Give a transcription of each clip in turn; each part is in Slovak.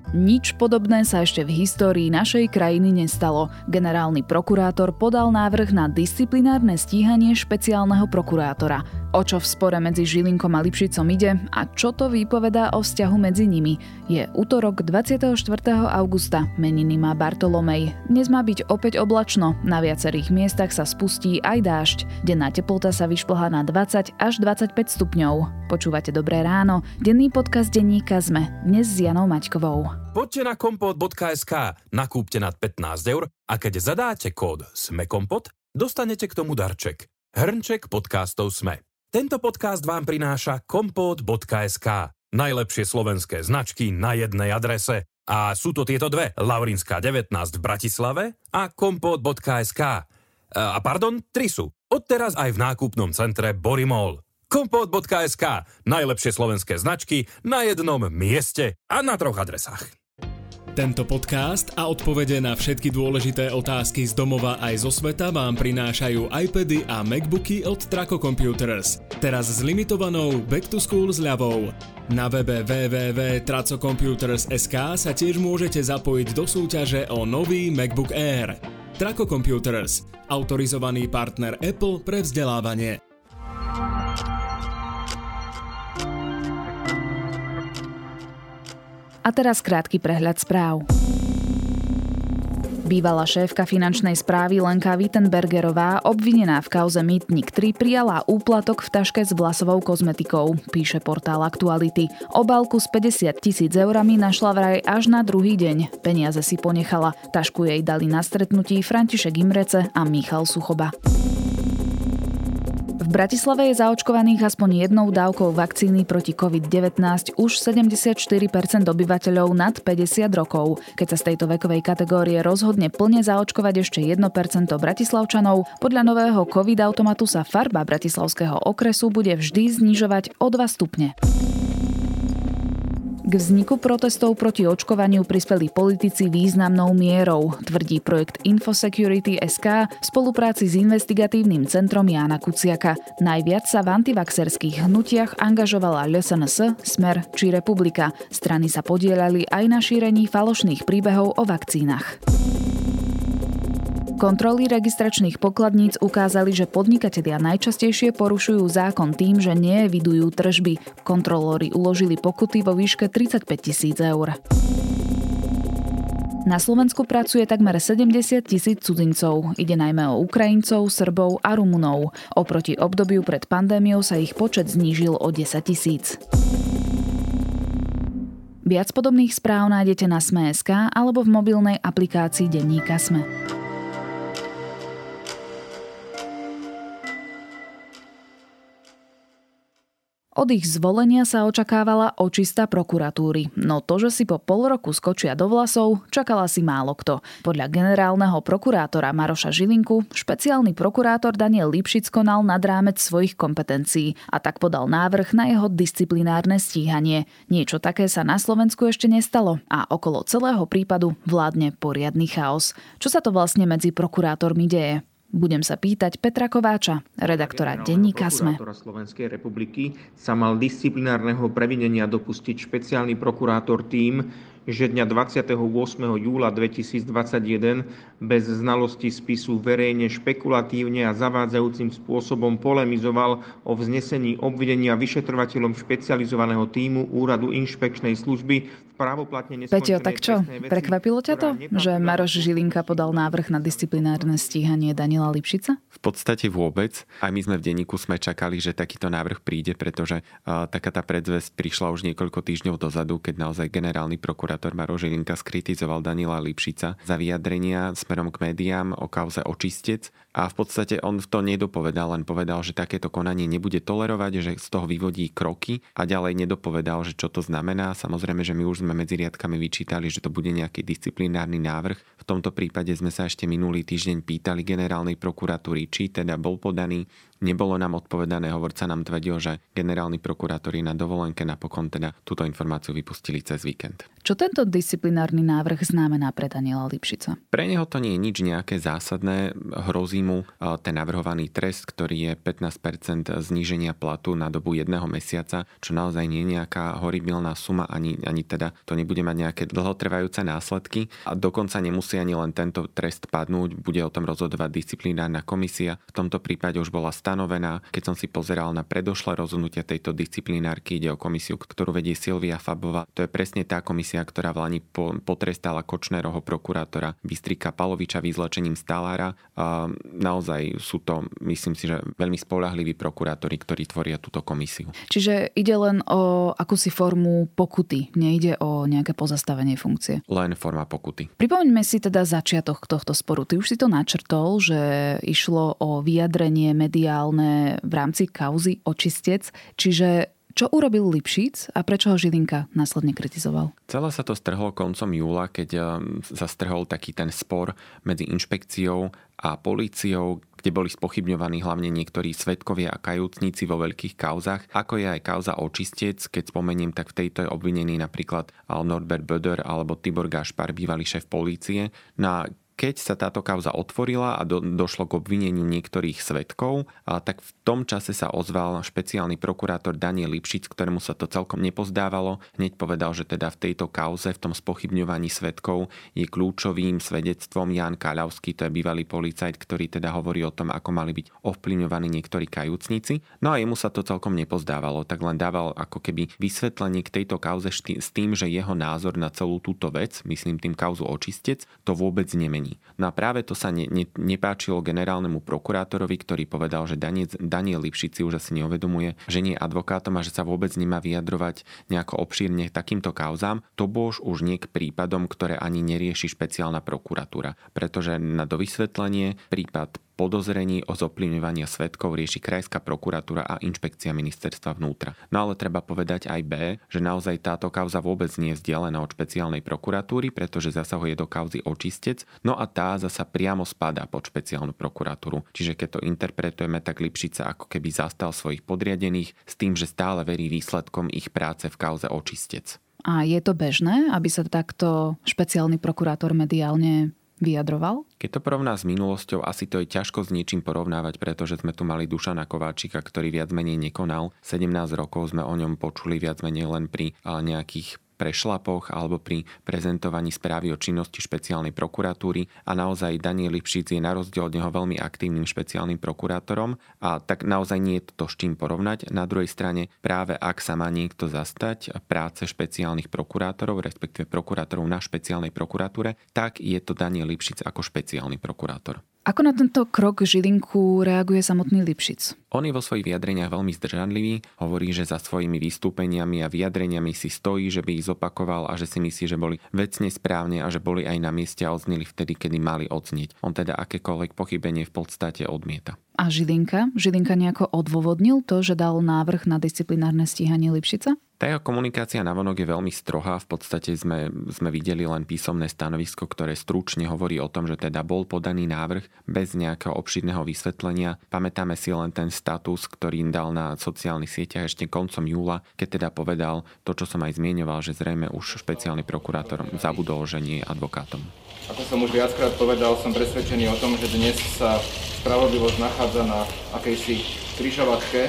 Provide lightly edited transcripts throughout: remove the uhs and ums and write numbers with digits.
Nič podobné sa ešte v histórii našej krajiny nestalo. Generálny prokurátor podal návrh na disciplinárne stíhanie špeciálneho prokurátora. O čo v spore medzi Žilinkom a Lipšicom ide a čo to vypovedá o vzťahu medzi nimi? Je utorok 24. augusta, meniny má Bartolomej. Dnes má byť opäť oblačno, na viacerých miestach sa spustí aj dážď. Denná teplota sa vyšplhá na 20 až 25 stupňov. Počúvate Dobré ráno, denný podcast denníka SME, dnes s Janou Maťkovou. Poďte na kompot.sk, nakúpte nad 15 € a keď zadáte kód SMEKOMPOT, dostanete k tomu darček. Hrnček podcastov SME. Tento podcast vám prináša kompot.sk. Najlepšie slovenské značky na jednej adrese. A sú to tieto dve, Laurinská 19 v Bratislave a kompot.sk. Tri sú. Odteraz aj v nákupnom centre Borimol. Kompot.sk. Najlepšie slovenské značky na jednom mieste a na 3 adresách. Tento podcast a odpovede na všetky dôležité otázky z domova aj zo sveta vám prinášajú iPady a MacBooky od Traco Computers. Teraz s limitovanou Back to School zľavou. Na webe www.tracocomputers.sk sa tiež môžete zapojiť do súťaže o nový MacBook Air. Traco Computers, autorizovaný partner Apple pre vzdelávanie. A teraz krátky prehľad správ. Bývalá šéfka finančnej správy Lenka Wittenbergerová, obvinená v kauze Mýtnik 3, prijala úplatok v taške s vlasovou kozmetikou, píše portál Aktuality. Obálku s 50 000 eurami našla vraj až na druhý deň. Peniaze si ponechala. Tašku jej dali na stretnutí František Imrece a Michal Suchoba. V Bratislave je zaočkovaných aspoň jednou dávkou vakcíny proti COVID-19 už 74% obyvateľov nad 50 rokov. Keď sa z tejto vekovej kategórie rozhodne plne zaočkovať ešte 1% bratislavčanov, podľa nového COVID-automatu sa farba bratislavského okresu bude vždy znižovať o 2 stupne. K vzniku protestov proti očkovaniu prispeli politici významnou mierou, tvrdí projekt Infosecurity.sk v spolupráci s investigatívnym centrom Jána Kuciaka. Najviac sa v antivaxerských hnutiach angažovala LSNS, Smer či Republika. Strany sa podieľali aj na šírení falošných príbehov o vakcínach. Kontroly registračných pokladníc ukázali, že podnikatelia najčastejšie porušujú zákon tým, že neevidujú tržby. Kontrolóri uložili pokuty vo výške 35 000 eur. Na Slovensku pracuje takmer 70 000 cudzincov. Ide najmä o Ukrajincov, Srbov a Rumunov. Oproti obdobiu pred pandémiou sa ich počet znížil o 10 000. Viac podobných správ nájdete na Sme.sk alebo v mobilnej aplikácii denníka Sme. Od ich zvolenia sa očakávala očista prokuratúry, no to, že si po pol roku skočia do vlasov, čakala si málo kto. Podľa generálneho prokurátora Maroša Žilinku špeciálny prokurátor Daniel Lipšic konal nad rámec svojich kompetencií a tak podal návrh na jeho disciplinárne stíhanie. Niečo také sa na Slovensku ešte nestalo a okolo celého prípadu vládne poriadny chaos. Čo sa to vlastne medzi prokurátormi deje? Budem sa pýtať Petra Kováča, redaktora denníka SME. Prokurátora Slovenskej republiky sa mal disciplinárneho previnenia dopustiť špeciálny prokurátor tým, že dňa 28. júla 2021 bez znalosti spisu verejne, špekulatívne a zavádzajúcim spôsobom polemizoval o vznesení obvinenia vyšetrovateľom špecializovaného tímu Úradu inšpekčnej služby v právoplatne neskončenej Peťo, tak čo? Prekvapilo ťa to, že Maroš Žilinka podal návrh na disciplinárne stíhanie Daniela Lipšica? V podstate vôbec. Aj my sme v denníku sme čakali, že takýto návrh príde, pretože taká tá predzvesť prišla už niekoľko týždňov dozadu, keď naozaj generálny prokurátor Maroš Žilinka skritizoval Daniela Lipšica za vyjadrenia smerom k médiám o kauze Očistec a v podstate on to nedopovedal, len povedal, že takéto konanie nebude tolerovať, že z toho vyvodí kroky a ďalej nedopovedal, že čo to znamená. Samozrejme, že my už sme medzi riadkami vyčítali, že to bude nejaký disciplinárny návrh. V tomto prípade sme sa ešte minulý týždeň pýtali generálnej prokuratúry, či teda bol podaný. Nebolo nám odpovedané, hovorca nám tvrdil, že generálni prokurátori na dovolenke napokon teda túto informáciu vypustili cez víkend. Čo tento disciplinárny návrh znamená pre Daniela Lipšica? Pre neho to nie je nič nejaké zásadné, hrozí mu ten navrhovaný trest, ktorý je 15% zníženia platu na dobu 1 mesiaca, čo naozaj nie je nejaká horibilná suma, ani teda to nebude mať nejaké dlhotrvajúce následky a dokonca nemusí ani len tento trest padnúť, bude o tom rozhodovať disciplinárna komisia. V tomto prípade už bola stanovená, keď som si pozeral na predošlé rozhodnutia tejto disciplinárky, ide o komisiu, ktorú vedie Silvia Fabová. To je presne tá komisia, ktorá v lani potrestala Kočneroho prokurátora Bystrika Paloviča vyzlečením stalára. Naozaj sú to, myslím si, že veľmi spoľahliví prokurátori, ktorí tvoria túto komisiu. Čiže ide len o akúsi formu pokuty, nejde o nejaké pozastavenie funkcie. Len forma pokuty. Pripomeňme si teda začiatok tohto sporu. Ty už si to načrtol, že išlo o vyjadrenie mediálne v rámci kauzy Očistec, čiže čo urobil Lipšic a prečo ho Žilinka následne kritizoval? Celé sa to strhlo koncom júla, keď sa strhol taký ten spor medzi inšpekciou a políciou, kde boli spochybňovaní hlavne niektorí svedkovia a kajúcníci vo veľkých kauzách, ako je aj kauza Očistec, keď spomeniem, tak v tejto je obvinený napríklad Norbert Böder alebo Tibor Gašpar, bývalý šéf polície. Keď sa táto kauza otvorila a došlo k obvineniu niektorých svedkov, tak v tom čase sa ozval špeciálny prokurátor Daniel Lipšic, ktorému sa to celkom nepozdávalo. Hneď povedal, že teda v tejto kauze, v tom spochybňovaní svedkov je kľúčovým svedectvom Ján Kaľavský, to je bývalý policajt, ktorý teda hovorí o tom, ako mali byť ovplyvňovaní niektorí kajúcnici. No a jemu sa to celkom nepozdávalo, tak len dával ako keby vysvetlenie k tejto kauze s tým, že jeho názor na celú túto vec, myslím tým kauzu Očistec, to vôbec nemení. No a práve to sa nepáčilo generálnemu prokurátorovi, ktorý povedal, že Daniel Lipšic si už asi neuvedomuje, že nie je advokátom a že sa vôbec nemá vyjadrovať nejako obšírne takýmto kauzám. To bož už nie k prípadom, ktoré ani nerieši špeciálna prokuratúra. Pretože na dovysvetlenie prípad podozrení o zovplyvňovania svedkov rieši Krajská prokuratúra a inšpekcia ministerstva vnútra. No ale treba povedať aj B, že naozaj táto kauza vôbec nie je vzdialená od špeciálnej prokuratúry, pretože zasahuje do kauzy Očistec, no a tá zasa priamo spadá pod špeciálnu prokuratúru. Čiže keď to interpretujeme, tak Lipšic ako keby zastal svojich podriadených s tým, že stále verí výsledkom ich práce v kauze Očistec. A je to bežné, aby sa takto špeciálny prokurátor mediálne vyjadroval? Keď to porovná s minulosťou, asi to je ťažko s niečím porovnávať, pretože sme tu mali Dušana Kováčika, ktorý viac menej nekonal. 17 rokov sme o ňom počuli viac menej len pri nejakých prešlapoch alebo pri prezentovaní správy o činnosti špeciálnej prokuratúry a naozaj Daniel Lipšic je na rozdiel od neho veľmi aktívnym špeciálnym prokurátorom a tak naozaj nie je to s čím porovnať. Na druhej strane práve ak sa má niekto zastať práce špeciálnych prokurátorov, respektíve prokurátorov na špeciálnej prokuratúre, tak je to Daniel Lipšic ako špeciálny prokurátor. Ako na tento krok Žilinku reaguje samotný Lipšic? On je vo svojich vyjadreniach veľmi zdržanlivý, hovorí, že za svojimi vystúpeniami a vyjadreniami si stojí, že by ich zopakoval a že si myslí, že boli vecne správne a že boli aj na mieste a odzneli vtedy, kedy mali odznieť. On teda akékoľvek pochybenie v podstate odmieta. A Žilinka? Žilinka nejako odôvodnil to, že dal návrh na disciplinárne stíhanie Lipšica? Tá jeho komunikácia navonok je veľmi strohá. V podstate sme videli len písomné stanovisko, ktoré stručne hovorí o tom, že teda bol podaný návrh bez nejakého obšírneho vysvetlenia. Pamätáme si len ten status, ktorý dal na sociálnych sieťach ešte koncom júla, keď teda povedal to, čo som aj zmieňoval, že zrejme už špeciálny prokurátor zabudol, že nie je advokátom. Ako som už viackrát povedal, som presvedčený o tom, že dnes sa spravodlivosť nachádza na akejsi križovatke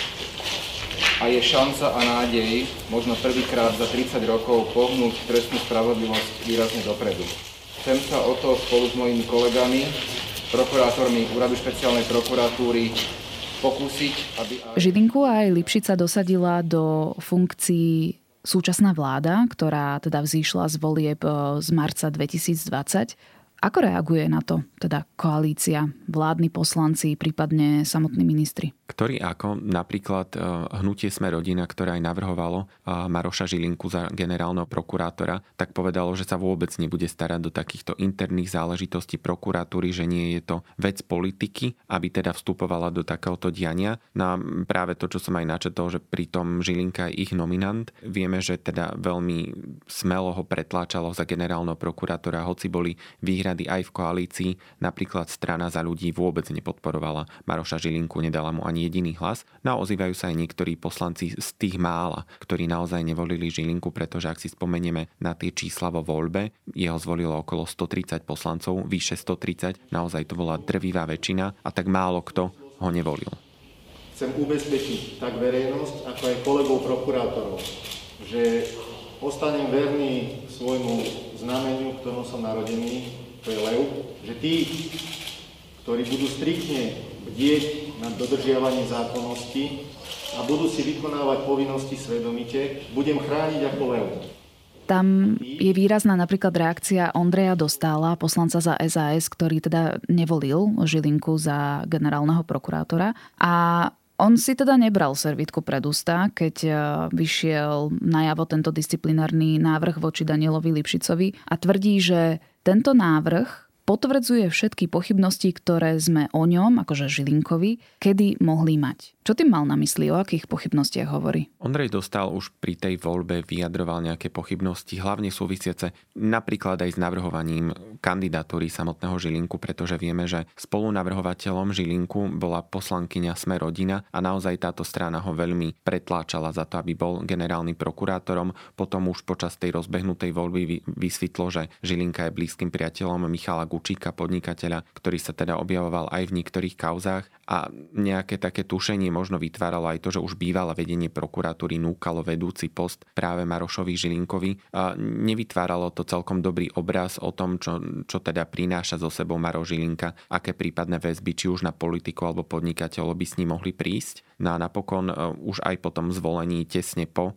a je šanca a nádej, možno prvýkrát za 30 rokov, pohnúť trestnú spravodlivosť výrazne dopredu. Chcem sa o to spolu s mojimi kolegami, prokurátormi Úradu špeciálnej prokuratúry, pokúsiť, aby... Žilinku aj Lipšica dosadila do funkcií súčasná vláda, ktorá teda vzýšla z volieb z marca 2020. Ako reaguje na to teda koalícia, vládni poslanci, prípadne samotní ministri? Ktorí ako napríklad hnutie Sme rodina, ktoré aj navrhovalo Maroša Žilinku za generálneho prokurátora, tak povedalo, že sa vôbec nebude starať do takýchto interných záležitostí prokuratúry, že nie je to vec politiky, aby teda vstupovala do takéhoto diania. No a práve to, čo som aj načetol, že pritom Žilinka je ich nominant. Vieme, že teda veľmi smelo ho pretláčalo za generálneho prokurátora, hoci boli výhrady aj v koalícii. Napríklad strana Za ľudí vôbec nepodporovala Maroša Žilinku, nedala mu ani ani jediný hlas. No a ozývajú sa aj niektorí poslanci z tých mála, ktorí naozaj nevolili Žilinku, pretože ak si spomenieme na tie čísla vo voľbe, jeho zvolilo okolo 130 poslancov, vyše 130, naozaj to bola drvivá väčšina a tak málo kto ho nevolil. Chcem ubezpečiť tak verejnosť, ako aj kolegov prokurátorov, že ostanem verný svojmu znameniu, v ktorom som narodený, to je lev, že tí, ktorí budú striktne bdieť nad dodržiavaním zákonnosti a budú si vykonávať povinnosti svedomite, budem chrániť ako lev. Tam je výrazná napríklad reakcia Ondreja Dostála, poslanca za SAS, ktorý teda nevolil Žilinku za generálneho prokurátora. A on si teda nebral servítku pred ústa, keď vyšiel najavo tento disciplinárny návrh voči Danielovi Lipšicovi a tvrdí, že tento návrh potvrdzuje všetky pochybnosti, ktoré sme o ňom, akože Žilinkovi, kedy mohli mať. Čo tým mal na mysli? O akých pochybnostiach hovorí? Ondrej Dostál už pri tej voľbe vyjadroval nejaké pochybnosti, hlavne súvisiace napríklad aj s navrhovaním kandidatúry samotného Žilinku, pretože vieme, že spolunavrhovateľom Žilinku bola poslankyňa Sme rodina a naozaj táto strana ho veľmi pretláčala za to, aby bol generálnym prokurátorom. Potom už počas tej rozbehnutej voľby vysvetlo, že Žilinka je blízkym priateľom Michala Gučíka, podnikateľa, ktorý sa teda objavoval aj v niektorých kauzách a nejaké také tušenie možno vytváralo aj to, že už bývalé vedenie prokuratúry núkalo vedúci post práve Marošovi Žilinkovi. A nevytváralo to celkom dobrý obraz o tom, čo teda prináša so sebou Maroš Žilinka, aké prípadné väzby, či už na politiku alebo podnikateľov by s ním mohli prísť. No a napokon už aj po tom zvolení tesne po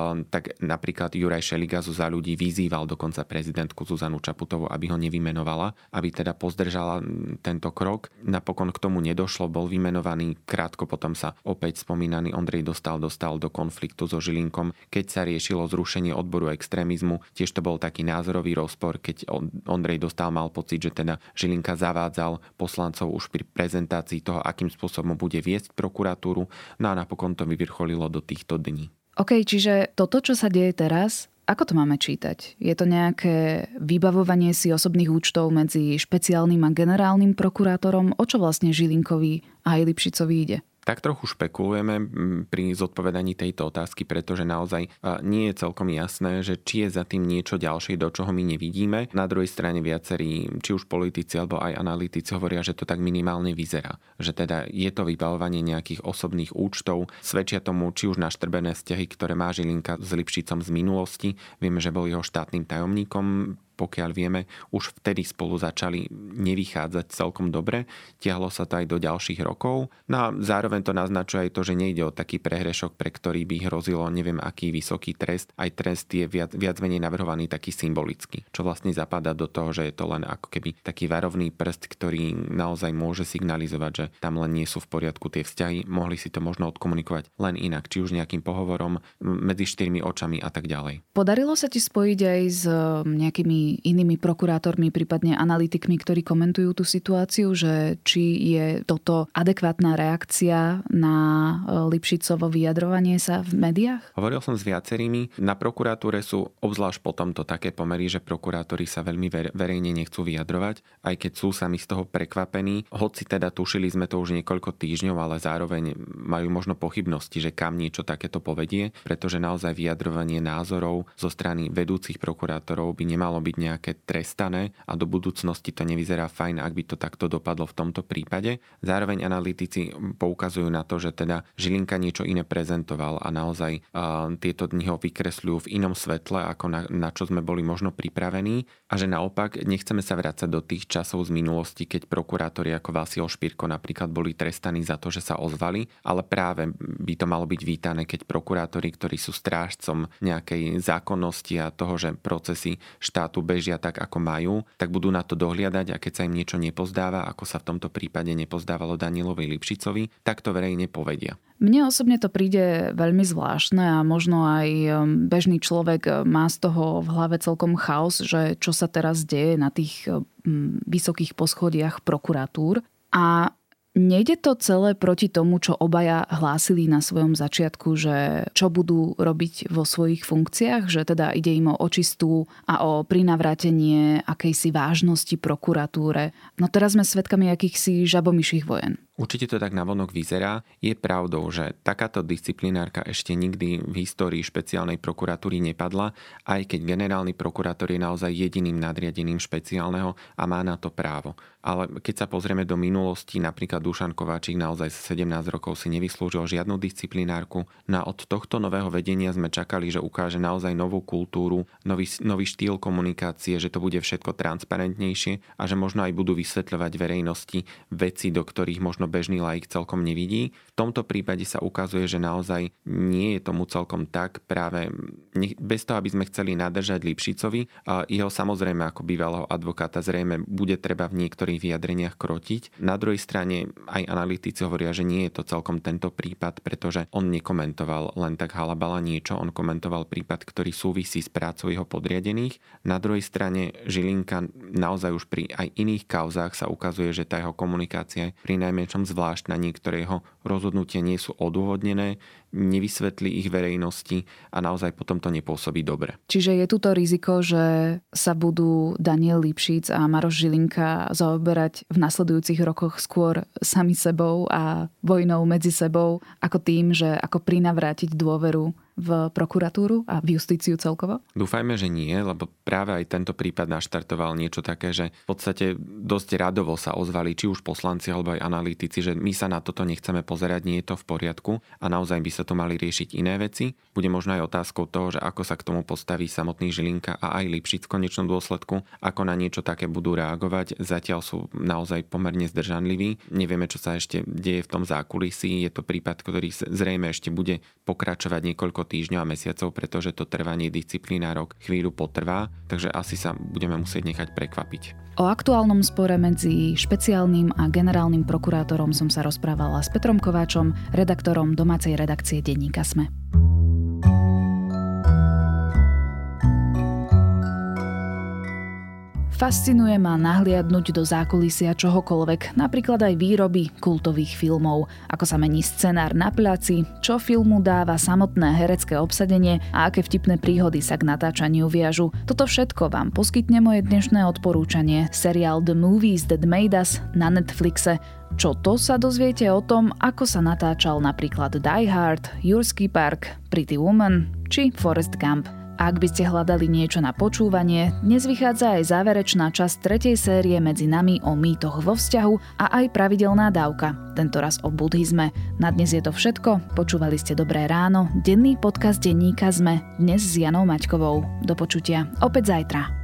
tak napríklad Juraj Šeliga zo Za ľudí vyzýval dokonca prezidentku Zuzanu Čaputovú, aby ho nevymenovala, aby teda pozdržala tento krok. Napokon k tomu nedošlo, bol vymenovaný, krátko potom sa opäť spomínaný Ondrej Dostál dostal do konfliktu so Žilinkom, keď sa riešilo zrušenie odboru extrémizmu. Tiež to bol taký názorový rozpor, keď Ondrej Dostál mal pocit, že teda Žilinka zavádzal poslancov už pri prezentácii toho, akým spôsobom bude viesť prokuratúru, no a napokon to vyvrcholilo do týchto dní. OK, čiže toto, čo sa deje teraz, ako to máme čítať? Je to nejaké vybavovanie si osobných účtov medzi špeciálnym a generálnym prokurátorom? O čo vlastne Žilinkovi a aj Lipšicovi ide? Tak trochu špekulujeme pri zodpovedaní tejto otázky, pretože naozaj nie je celkom jasné, že či je za tým niečo ďalšie, do čoho my nevidíme. Na druhej strane viacerí, či už politici alebo aj analytici hovoria, že to tak minimálne vyzerá. Že teda je to vybavovanie nejakých osobných účtov. Svedčia tomu či už naštrbené vzťahy, ktoré má Žilinka s Lipšicom z minulosti. Vieme, že bol jeho štátnym tajomníkom. Pokiaľ vieme, už vtedy spolu začali nevychádzať celkom dobre. Tiahlo sa to aj do ďalších rokov. No a zároveň to naznačuje aj to, že nejde o taký prehrešok, pre ktorý by hrozilo neviem aký vysoký trest. Aj trest je viac menej navrhovaný taký symbolický. Čo vlastne zapadá do toho, že je to len ako keby taký varovný prst, ktorý naozaj môže signalizovať, že tam len nie sú v poriadku tie vzťahy. Mohli si to možno odkomunikovať len inak, či už nejakým pohovorom medzi štyrmi očami a tak ďalej. Podarilo sa ti spojiť aj s nejakými inými prokurátormi, prípadne analytikmi, ktorí komentujú tú situáciu, že či je toto adekvátna reakcia na Lipšicovo vyjadrovanie sa v médiách? Hovoril som s viacerými. Na prokuratúre sú obzvlášť po tomto také pomery, že prokurátori sa veľmi verejne nechcú vyjadrovať, aj keď sú sami z toho prekvapení. Hoci teda tušili sme to už niekoľko týždňov, ale zároveň majú možno pochybnosti, že kam niečo takéto povedie, pretože naozaj vyjadrovanie názorov zo strany vedúcich prokurátorov by nemalo byť nejaké trestané a do budúcnosti to nevyzerá fajn, ak by to takto dopadlo v tomto prípade. Zároveň analytici poukazujú na to, že teda Žilinka niečo iné prezentoval a naozaj tieto dni ho vykresľujú v inom svetle, ako na čo sme boli možno pripravení a že naopak nechceme sa vrácať do tých časov z minulosti, keď prokurátori ako Vasil Špirko napríklad boli trestaní za to, že sa ozvali, ale práve by to malo byť vítané, keď prokurátori, ktorí sú strážcom nejakej zákonnosti a toho, že procesy štátu bežia tak, ako majú, tak budú na to dohliadať a keď sa im niečo nepozdáva, ako sa v tomto prípade nepozdávalo Danielovi Lipšicovi, tak to verejne povedia. Mne osobne to príde veľmi zvláštne a možno aj bežný človek má z toho v hlave celkom chaos, že čo sa teraz deje na tých vysokých poschodiach prokuratúr. A nejde to celé proti tomu, čo obaja hlásili na svojom začiatku, že čo budú robiť vo svojich funkciách, že teda ide im o očistú a o prinavrátenie akejsi vážnosti prokuratúre. No teraz sme svedkami akýchsi žabomyších vojen. Určite to tak navonok vyzerá. Je pravdou, že takáto disciplinárka ešte nikdy v histórii špeciálnej prokuratúry nepadla, aj keď generálny prokurátor je naozaj jediným nadriadeným špeciálneho a má na to právo. Ale keď sa pozrieme do minulosti, napríklad Dušan Kováčik naozaj 17 rokov si nevyslúžil žiadnu disciplinárku. No a od tohto nového vedenia sme čakali, že ukáže naozaj novú kultúru, nový štýl komunikácie, že to bude všetko transparentnejšie a že možno aj budú vysvetľovať verejnosti veci, do ktorých možno bežný laik celkom nevidí. V tomto prípade sa ukazuje, že naozaj nie je tomu celkom tak, práve bez toho, aby sme chceli nadržať Lipšicovi. Jeho samozrejme ako bývalého advokáta zrejme bude treba v niektorých vyjadreniach krotiť. Na druhej strane aj analytici hovoria, že nie je to celkom tento prípad, pretože on nekomentoval len tak halabala niečo, on komentoval prípad, ktorý súvisí s prácou jeho podriadených. Na druhej strane Žilinka naozaj už pri aj iných kauzách sa ukazuje, že tá jeho komunikácia pri najmenšom zvlášť na niektoré jeho rozhodnutia nie sú odôvodnené, nevysvetlí ich verejnosti a naozaj potom to nepôsobí dobre. Čiže je tu to riziko, že sa budú Daniel Lipšic a Maroš Žilinka zaoberať v nasledujúcich rokoch skôr sami sebou a vojnou medzi sebou, ako tým, že ako prinavrátiť dôveru v prokuratúru a v justíciu celkovo? Dúfajme, že nie, lebo práve aj tento prípad naštartoval niečo také, že v podstate dosť radovo sa ozvali či už poslanci alebo aj analytici, že my sa na toto nechceme pozerať, nie je to v poriadku a naozaj by sa tu mali riešiť iné veci. Bude možno aj otázkou toho, že ako sa k tomu postaví samotný Žilinka a aj Lipšic v konečnom dôsledku, ako na niečo také budú reagovať. Zatiaľ sú naozaj pomerne zdržanliví. Nevieme, čo sa ešte deje v tom zákulisí. Je to prípad, ktorý zrejme ešte bude pokračovať niekoľko týždňov a mesiacov, pretože to trvanie disciplinárok chvíľu potrvá, takže asi sa budeme musieť nechať prekvapiť. O aktuálnom spore medzi špeciálnym a generálnym prokurátorom som sa rozprávala s Petrom Kováčom, redaktorom domácej redakcie denníka SME. Fascinuje ma nahliadnuť do zákulisia čohokoľvek, napríklad aj výroby kultových filmov, ako sa mení scenár na placi, čo filmu dáva samotné herecké obsadenie a aké vtipné príhody sa k natáčaniu viažu. Toto všetko vám poskytne moje dnešné odporúčanie, seriál The Movies That Made Us na Netflixe. Čo to sa dozviete o tom, ako sa natáčal napríklad Die Hard, Jurský park, Pretty Woman či Forrest Gump. Ak by ste hľadali niečo na počúvanie, dnes vychádza aj záverečná časť 3. série Medzi nami o mýtoch vo vzťahu a aj pravidelná dávka, tentoraz o buddhizme. Na dnes je to všetko, počúvali ste Dobré ráno, denný podcast denníka SME, dnes s Janou Maťkovou. Do počutia, opäť zajtra.